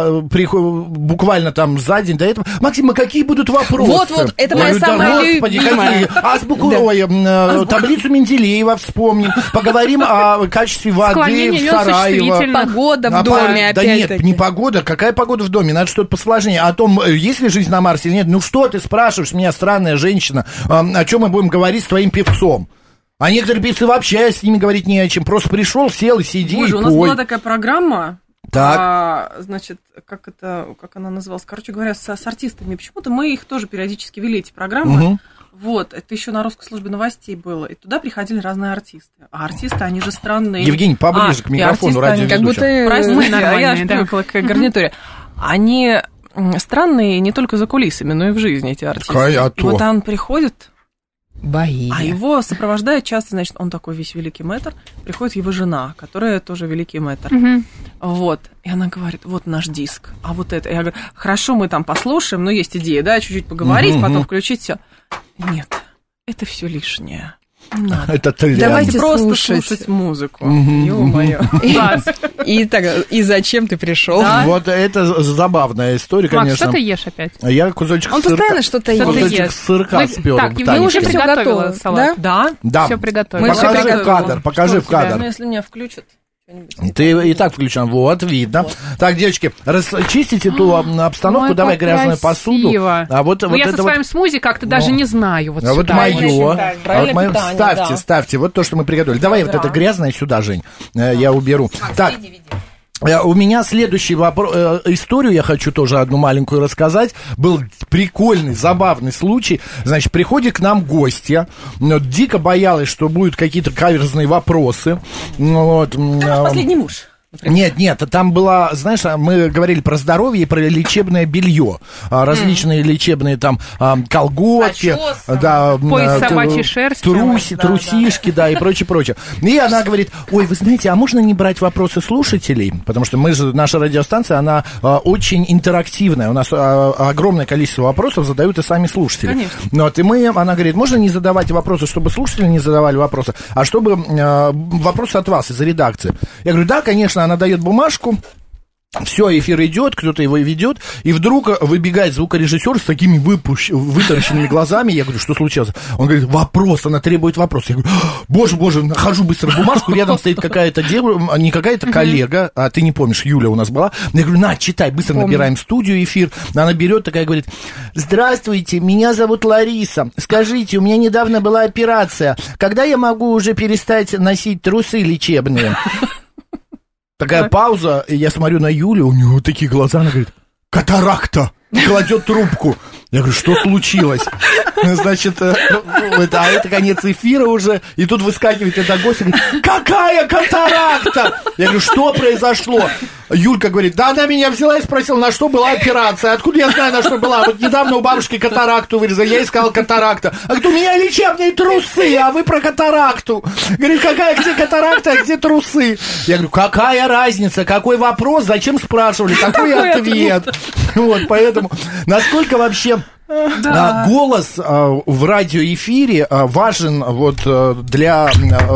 буквально там за день до этого. Максим, а какие будут вопросы? Вот, это моя самая любимая. Азбуку, таблицу Менделеева вспомним, поговорим о качестве воды в Сараево. Погода в доме, да нет, не погода, какая погода в доме? Надо что-то посложнее. О том, есть ли жизнь на Марсе или нет. Что ты спрашиваешь меня, странная женщина, о чем мы будем говорить с твоим певцом? А некоторые певцы вообще с ними говорить не о чем. Просто пришел, сел и сиди, и пой. У нас была такая программа. Так. Значит, как она называлась? Короче говоря, с артистами. Почему-то мы их тоже периодически вели, эти программы. Вот, это еще на русской службе новостей было. И туда приходили разные артисты. А артисты, они же странные. Евгений, поближе к микрофону радиоведущего. Как будто простите, я привыкла к гарнитуре. Они странные не только за кулисами, но и в жизни, эти артисты. И вот он приходит... Бои. А его сопровождает часто, значит, он такой весь великий мэтр, приходит его жена, которая тоже великий мэтр. Вот. И она говорит, вот наш диск, а вот это. Я говорю, хорошо, мы там послушаем, но есть идея, да, чуть-чуть поговорить, потом включить все. Нет, это все лишнее. Не надо. Это давайте просто слушать музыку. Ё-моё. И зачем ты пришел? Вот это забавная история, конечно. Макс, что ты ешь опять? Я кусочек сырка. Он постоянно что-то ест. Кусочек сырка спёр. Так, вы уже приготовила салат? Да. Все приготовила. Покажи в кадр. Ну, если меня включат. Ты и так включен, вот, видно. Вот. Так, девочки, расчистите ту обстановку, давай грязную посуду. А вот я со своим смузи как-то даже не знаю. Вот мое. Ставьте, вот то, что мы приготовили. Давай вот это грязное сюда, Жень, я уберу. Так. У меня следующий вопрос, историю я хочу тоже одну маленькую рассказать. Был прикольный, забавный случай. Значит, приходит к нам гостья, дико боялась, что будут какие-то каверзные вопросы. Это ваш последний муж. Нет, там была, знаешь, мы говорили про здоровье и про лечебное белье. Различные лечебные там колготки, пояс собачьей шерсти, трусишки, да, и прочее. И она говорит: ой, вы знаете, а можно не брать вопросы слушателей? Потому что наша радиостанция, она очень интерактивная. У нас огромное количество вопросов задают и сами слушатели. Конечно. Она говорит: можно не задавать вопросы, чтобы слушатели не задавали вопросы, а чтобы вопросы от вас из редакции. Я говорю: да, конечно. Она дает бумажку, все, эфир идет, кто-то его ведет, и вдруг выбегает звукорежиссер с такими вытаращенными глазами. Я говорю: что случилось? Он говорит: вопрос, она требует вопрос. Я говорю: боже, нахожу быстро бумажку, рядом стоит какая-то девушка, не какая-то коллега, а ты не помнишь, Юля у нас была. Я говорю: на, читай, быстро набираем студию, эфир. Она берет, такая говорит: здравствуйте, меня зовут Лариса. Скажите, у меня недавно была операция. Когда я могу уже перестать носить трусы лечебные? Такая пауза, и я смотрю на Юлю, у нее такие глаза, она говорит: катаракта! Кладет трубку. Я говорю: что случилось? Значит, это конец эфира уже, и тут выскакивает эта гостья и говорит: какая катаракта? Я говорю: что произошло? Юлька говорит: да она меня взяла и спросила, на что была операция. Откуда я знаю, на что была? Вот недавно у бабушки катаракту вырезали, я искала катаракта. А говорит: у меня лечебные трусы, а вы про катаракту. Говорит: где катаракта, а где трусы? Я говорю: какая разница, какой вопрос, зачем спрашивали, какой ответ? Вот, поэтому, насколько вообще... голос в радиоэфире важен вот для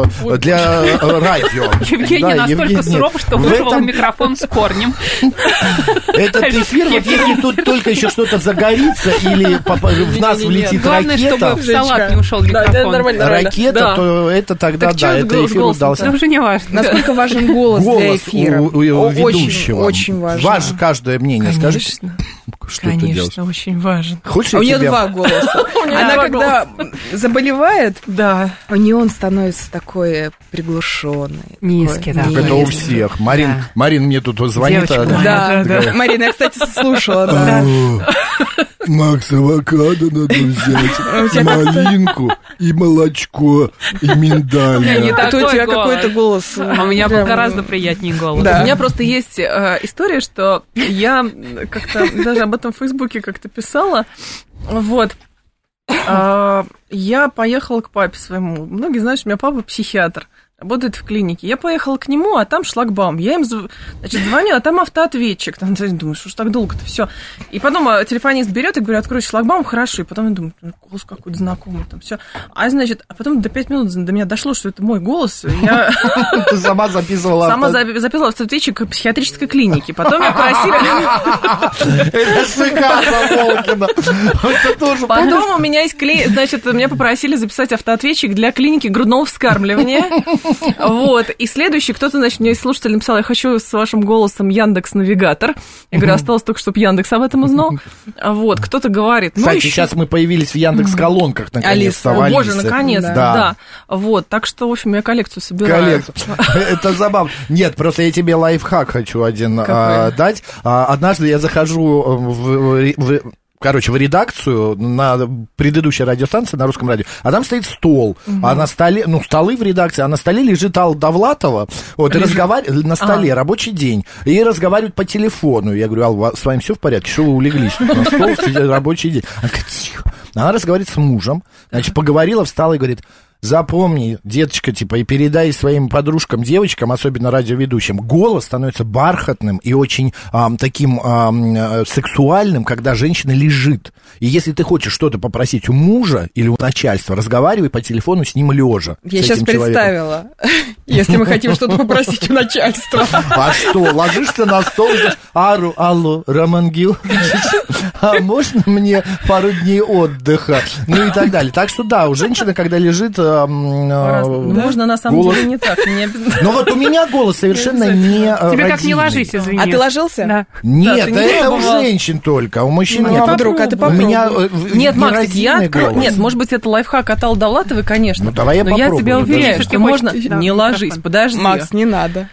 радио. Евгений настолько суров, что вырвал микрофон с корнем. Этот эфир, вот если тут только еще что-то загорится или в нас влетит главное, ракета... чтобы в салат не ушел микрофон. Ракета, то это тогда, да, это эфир удался. Это уже не важно. Насколько важен голос для эфира? У ведущего. Очень важен. Важно каждое мнение, скажите. Что ты делаешь? Конечно, очень важен. Хочешь, у нее два голоса. Она когда заболевает, у нее он становится такой приглушенный. Низкий, да. Это у всех. Марин мне тут звонит. Да. Марина, я, кстати, слушала. Макс, авокадо надо взять, малинку и молочко, и миндальное. А то у тебя какой-то голос. У меня был гораздо приятнее голос. У меня просто есть история, что я как-то даже об этом в Фейсбуке как-то писала. Вот. Я поехала к папе своему. Многие знают, что у меня папа психиатр. Работает в клинике. Я поехала к нему, а там шлагбаум. Я им, звоню, а там автоответчик. Там, думаю, что ж так долго-то, все. И потом телефонист берет и говорит: открой шлагбаум, хорошо. И потом я думаю: голос какой-то знакомый, там все. А потом до 5 минут до меня дошло, что это мой голос. Ты сама записывала. Сама записывала автоответчик психиатрической клиники. Потом меня просили... Это шикарно, Волкина. Потом у меня есть меня попросили записать автоответчик для клиники грудного вскармливания. Вот, и следующий, кто-то, значит, мне из слушателей написал: я хочу с вашим голосом Яндекс.Навигатор. Я говорю: осталось только, чтобы Яндекс об этом узнал. Вот, кто-то говорит... Кстати, сейчас мы появились в Алиса, Яндекс.Колонках, наконец-то. О, боже, наконец-то, да. Вот, так что, в общем, я коллекцию собираю. Это забавно. Нет, просто я тебе лайфхак хочу один дать. Однажды я захожу в редакцию на предыдущей радиостанции на Русском радио, а там стоит стол, а на столе, столы в редакции, а на столе лежит Алла Довлатова, вот, и разговаривает на столе, рабочий день, и разговаривают по телефону. Я говорю: Алла, с вами все в порядке? Что вы улеглись на стол, рабочий день? Она говорит: тихо. Она разговаривает с мужем, значит, поговорила, встала и говорит: запомни, деточка, и передай своим подружкам, девочкам, особенно радиоведущим, голос становится бархатным и очень таким сексуальным, когда женщина лежит. И если ты хочешь что-то попросить у мужа или у начальства, разговаривай по телефону с ним лежа. Я сейчас представила, если мы хотим что-то попросить у начальства. А что, ложишься на стол и говоришь: алло, Романгил, а можно мне пару дней отдыха? Ну и так далее. Так что да, у женщины, когда лежит... Можно, на самом деле, не так. Но вот у меня голос совершенно не родильный. Тебе как не ложись, извини. А ты ложился? Да. Нет, это у женщин только, у мужчин нет. А вдруг, ты попробуй. Нет, Макс, нет, может быть, это лайфхак от Аллы Довлатовой, конечно. Ну, давай я попробую. Но я тебя уверяю, что можно... Не ложись, подожди. Макс, не надо.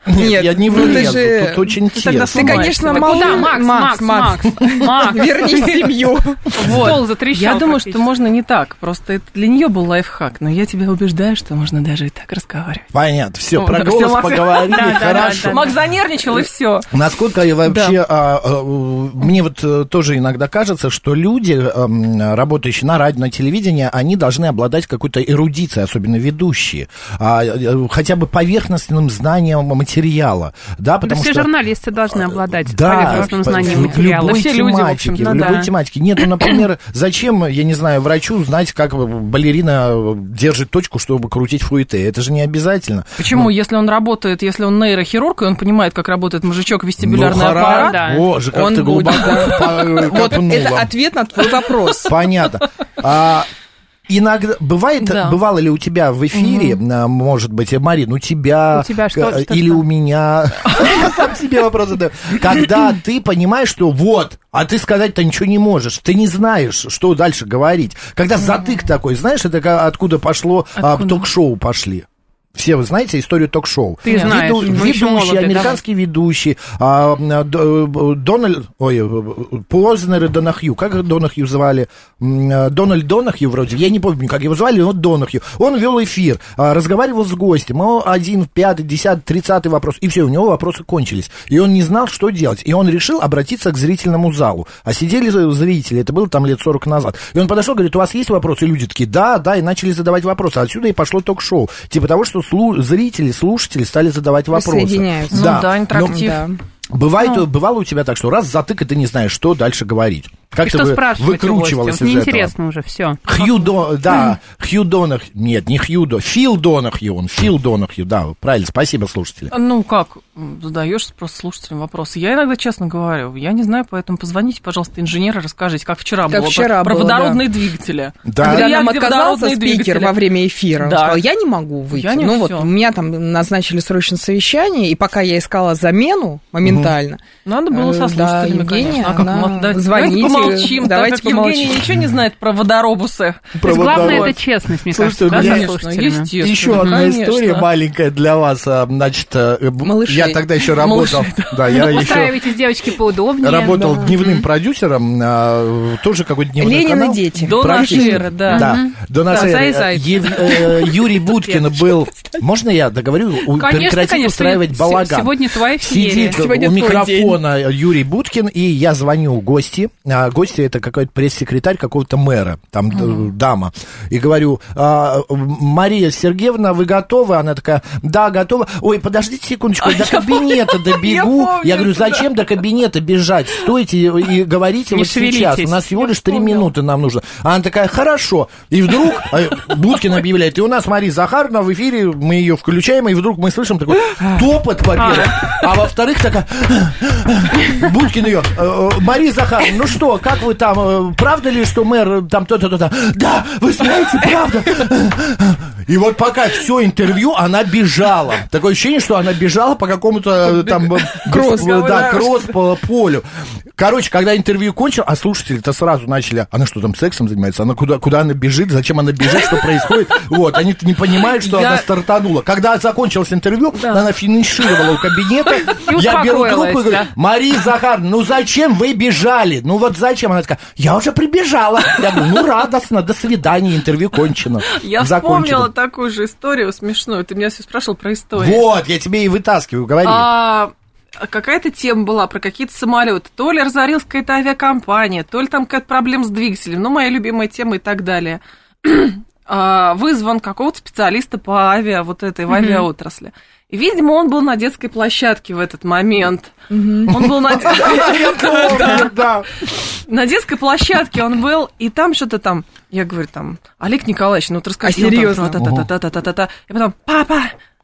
Нет, я не влезу, тут очень тесно. Ты, конечно, малый. Макс. Верни семью. Стол затрещал. Я думаю, что можно не так. Просто это для нее был лайфхак. Но я тебя убеждаю, что можно даже и так разговаривать. Понятно, все, про голос поговорили, хорошо. Макс занервничал, и все. Насколько я вообще... Мне вот тоже иногда кажется, что люди, работающие на радио, на телевидении, они должны обладать какой-то эрудицией, особенно ведущие, хотя бы поверхностным знанием материала, да, потому все что... журналисты должны обладать поверхностным знанием в материала. любой Все люди, в тематике, общем-то, в любой тематике. Нет, ну, например, зачем, я не знаю, врачу знать, как балерина держит точку, чтобы крутить фуэте? Это же не обязательно. Почему? Если он работает, если он нейрохирург, и он понимает, как работает мужичок, вестибулярный аппарат, да. Боже, как ты глубоко копнула. Вот это ответ на твой вопрос. Понятно. Иногда бывало ли у тебя в эфире, может быть, Марин, у тебя или у меня, я сам себе вопрос задаю, когда ты понимаешь, что вот, а ты сказать-то ничего не можешь, ты не знаешь, что дальше говорить. Когда затык такой, знаешь, это откуда пошло, ток-шоу пошли. Все вы знаете историю ток-шоу. Ты знаешь, ведущий, американский ведущий, Познер и Донахью. Как Донахью звали? Дональд Донахью вроде. Я не помню, как его звали, но Донахью. Он вел эфир, разговаривал с гостем. 1, 5, 10, 30 вопрос. И все, у него вопросы кончились. И он не знал, что делать. И он решил обратиться к зрительному залу. А сидели зрители, это было там лет 40 назад. И он подошел, говорит, у вас есть вопросы? И люди такие, да, и начали задавать вопросы. Отсюда и пошло ток-шоу. Типа того, что зрители, слушатели стали задавать вопросы. Присоединяются. Да, интерактив. Бывало у тебя так, что раз затык, и ты не знаешь, что дальше говорить. Как ты выкручивалась из этого? Неинтересно уже, все. Фил Донахью, да, правильно, спасибо, слушатели. Ну, как, задаешь просто слушателям вопросы. Я иногда честно говорю, я не знаю, поэтому позвоните, пожалуйста, инженеры, расскажите, как вчера было про водородные двигатели. Да. Когда нам отказался спикер во время эфира, он сказал, я не могу выйти. У меня там назначили срочное совещание, и пока я искала замену моментально. Надо было со слушателями, Евгения, конечно. Звоните. Помолчим, давайте так как Евгений ничего не знает про водоробусы. Главное, это честность, мне кажется. Естественно. Еще одна история маленькая для вас. Значит, я тогда еще работал. Устраивайтесь, девочки, поудобнее. Работал дневным продюсером, тоже какой-то дневной канал. Ленин и дети. До Нашира, да. До Нашира. Юрий Буткин был... Можно я договорю? Прекратить устраивать балаган. Сегодня твоя эфирия. Сидит у микрофона Юрий Буткин, и я звоню гости. Гости — это какой-то пресс-секретарь какого-то мэра, там дама. И говорю, Мария Сергеевна, вы готовы? Она такая, да, готова. Ой, подождите секундочку, до кабинета добегу. Я говорю, зачем до кабинета бежать? Стойте и говорите вот сейчас. У нас всего лишь 3 минуты нам нужно. Она такая, хорошо. И вдруг Буткин объявляет, и у нас Мария Захаровна в эфире, мы ее включаем, и вдруг мы слышим такой топот, во-первых, а во-вторых, такая, Буткин ее, Мария Захаровна, ну что, как вы там, правда ли, что мэр там то-то? Да, вы знаете, правда. И вот пока все интервью, она бежала. Такое ощущение, что она бежала по какому-то там кросс по полю. Короче, когда интервью кончил, а слушатели-то сразу начали, она что там, сексом занимается? Она куда она бежит? Зачем она бежит? Что происходит? Вот, они не понимают, что она стартанула. Когда закончилось интервью, она финишировала у кабинета. Я беру трубку и говорю, Мария Захаровна, ну зачем вы бежали? Ну вот зачем? Она такая, я уже прибежала. Я говорю, ну радостно, до свидания, интервью кончено. Я вспомнила такую же историю смешную. Ты меня все спрашивал про историю. Вот, я тебе и вытаскиваю, говори. Какая-то тема была про какие-то самолеты. То ли разорилась какая-то авиакомпания, то ли там какая-то проблема с двигателем. Ну, моя любимая тема и так далее. Вызван какого-то специалиста по авиаотрасли. И, видимо, он был на детской площадке в этот момент. Он был на детской площадке, он был, и там что-то там, я говорю, там, Олег Николаевич, ну вот расскажи. Серьезно? И потом, папа,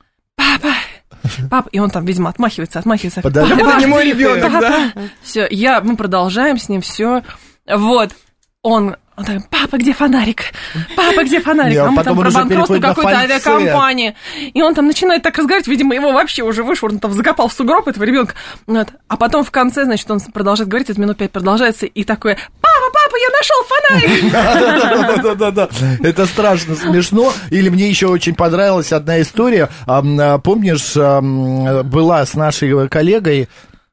и он там, видимо, отмахивается. Это не мой ребенок, да? Все, мы продолжаем с ним, все. Вот, он такой, папа, где фонарик? А мы там про банкротство какой-то авиакомпании. И он там начинает так разговаривать, видимо, его вообще уже вышвырнул, там закопал в сугроб этого ребенка. Вот. А потом в конце, значит, он продолжает говорить, это минут 5 продолжается, и такое, папа, я нашел фонарик! Да. Это страшно смешно. Или мне еще очень понравилась одна история. Помнишь, была с нашей коллегой...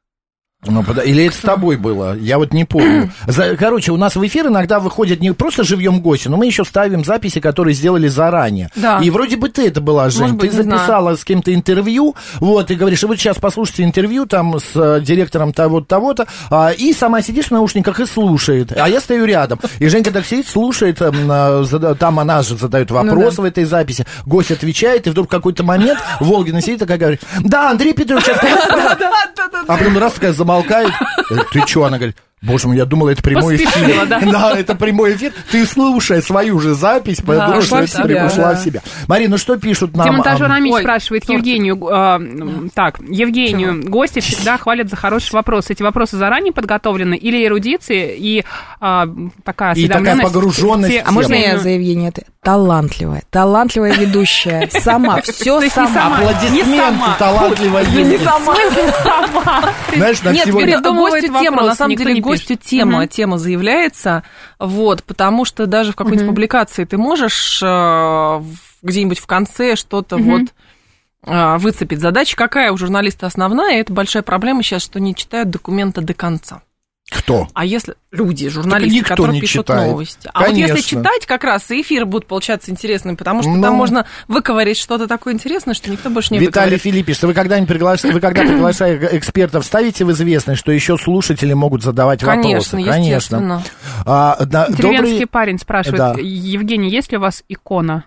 Или это с тобой было? Я вот не помню. Короче, у нас в эфир иногда выходят не просто живьем гости, но мы еще ставим записи, которые сделали заранее. Да. И вроде бы ты это была, Жень. Ты записала с кем-то интервью, вот, и говоришь, вот сейчас послушайте интервью там с директором того-то, и сама сидишь в наушниках и слушает. А я стою рядом. И Женька так сидит, слушает, там она же задает вопрос в этой записи, гость отвечает, и вдруг в какой-то момент Волгина сидит такая, говорит, да, Андрей Петрович, а потом раз такая замолкает. Ты что? Она говорит, боже мой, я думала, это прямой эфир. Да, это прямой эфир. Ты слушай свою же запись, подумай, что это ушла в себя. Марина, что пишут нам? Демонтажер Амич спрашивает Евгению. Евгению, гости всегда хвалят за хорошие вопросы. Эти вопросы заранее подготовлены или эрудиции и такая осведомленность? И такая погруженность. А можно я за Евгению? Талантливая ведущая. Сама, все сама. Аплодисменты талантливая Не сама. Знаешь, нет, гостю тема, на самом деле гостю тема заявляется, вот, потому что даже в какой-нибудь публикации ты можешь где-нибудь в конце что-то вот выцепить. Задача какая у журналиста основная, это большая проблема сейчас, что не читают документы до конца. Кто? А если люди, журналисты, которые пишут новости. А Конечно. вот если читать, как раз и эфиры будут получаться интересными, потому что там можно выковырять что-то такое интересное, что никто больше не Виталий выковыряет. Филиппич, вы когда приглашая экспертов, ставите в известность, что еще слушатели могут задавать вопросы? Конечно, естественно. Деревенский парень спрашивает, Евгений, есть ли у вас икона?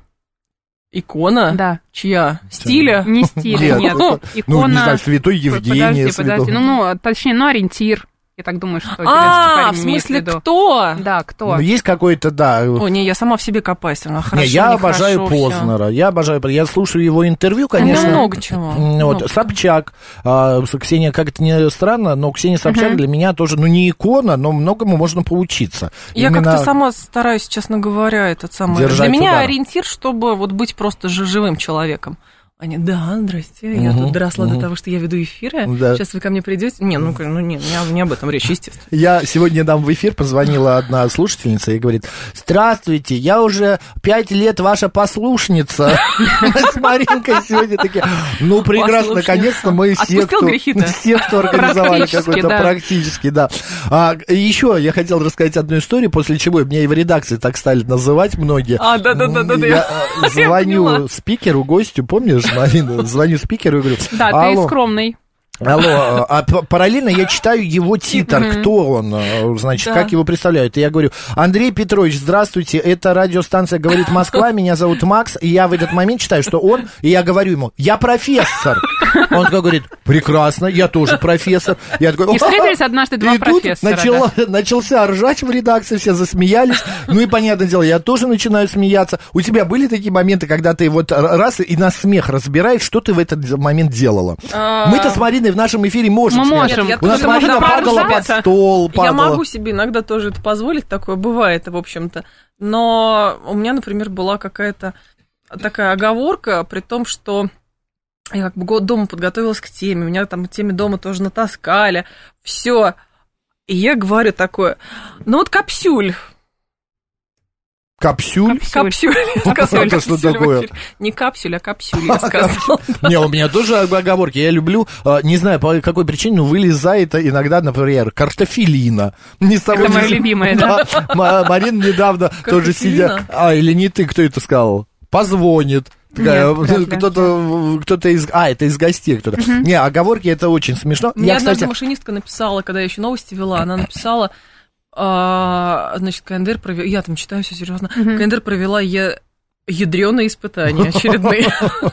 Икона? Да. Чья? Стиля? Не стиля, нет. Икона... не знаю, святой Евгений. Подожди. Точнее, ориентир. Я так думаю, что в смысле, кто? Да, кто? Ну, есть какой-то, да. О, не, я сама в себе копаюсь, она хорошо, я обожаю Познера, я слушаю его интервью, конечно. Много чего. Вот, Собчак, Ксения, как это не странно, но Ксения Собчак для меня тоже, не икона, но многому можно поучиться. Я как-то сама стараюсь, честно говоря, для меня ориентир, чтобы вот быть просто живым человеком. Они, здрасте, я тут доросла до того, что я веду эфиры, сейчас вы ко мне придете. Не об этом речь, естественно. Я сегодня в эфир позвонила одна слушательница и говорит, здравствуйте, я уже 5 лет ваша послушница. С Маринкой сегодня такие, прекрасно, наконец-то мы секту организовали какой-то, практически, да. Еще я хотел рассказать одну историю, после чего меня и в редакции так стали называть многие. Да. Я звоню спикеру, гостю, помнишь? Марина, звоню спикеру и говорю, да, алло, ты скромный. Алло, а параллельно я читаю его титр, кто он, значит, как его представляют. И я говорю, Андрей Петрович, здравствуйте, это радиостанция «Говорит Москва», меня зовут Макс, и я в этот момент читаю, что он, и я говорю ему, я профессор. Он такой говорит, прекрасно, я тоже профессор. Я такой, и встретились однажды два профессора. Начался ржач в редакции, все засмеялись. И понятное дело, я тоже начинаю смеяться. У тебя были такие моменты, когда ты вот раз и на смех разбираешь, что ты в этот момент делала? Мы-то с Мариной в нашем эфире можем смеяться. Нет, у нас Марина падала под стол, Я могу себе иногда тоже это позволить, такое бывает, в общем-то. Но у меня, например, была какая-то такая оговорка, при том, что я как бы дома подготовилась к теме, меня там к теме дома тоже натаскали, все. И я говорю такое, капсюль. Капсюль? Капсюль, я сказала. Это что такое? Не капсюль, а капсюль, я сказала. Не, у меня тоже оговорки. Я люблю, не знаю, по какой причине, но вылезает иногда, например, картофелина. Это моя любимая, да? Марина недавно тоже сидя... или не ты, кто это сказал? Позвонит. Кто-то из... это из гостей кто-то. Не, оговорки, это очень смешно. Мне однажды машинистка написала, когда я еще новости вела, она написала... Значит, КНДР провела... Я там читаю все серьезно. КНДР провела ядреные испытания очередные.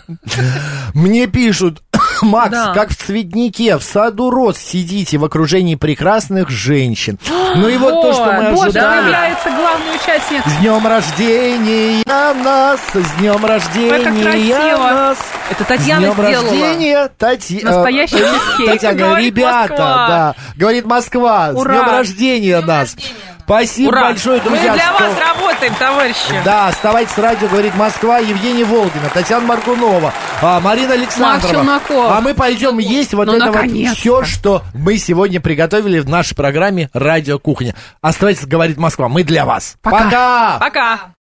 Мне пишут... Макс, как в цветнике, в саду роз сидите в окружении прекрасных женщин. И вот то, что мы ожидали. Появляется главный участник. С днем рождения нас! С днем рождения нас! Это Татьяна сделала. Настоящий чизкейк. Татьяна говорит, ребята, да, говорит Москва, с днем рождения нас! Спасибо большое, друзья. Мы для вас работаем, товарищи. Да, оставайтесь с радио, говорит Москва. Евгения Волгина, Татьяна Маргунова, Марина Александрова. А мы пойдем есть вот это вот все, что мы сегодня приготовили в нашей программе «Радио Кухня». Оставайтесь, говорит Москва. Мы для вас. Пока. Пока.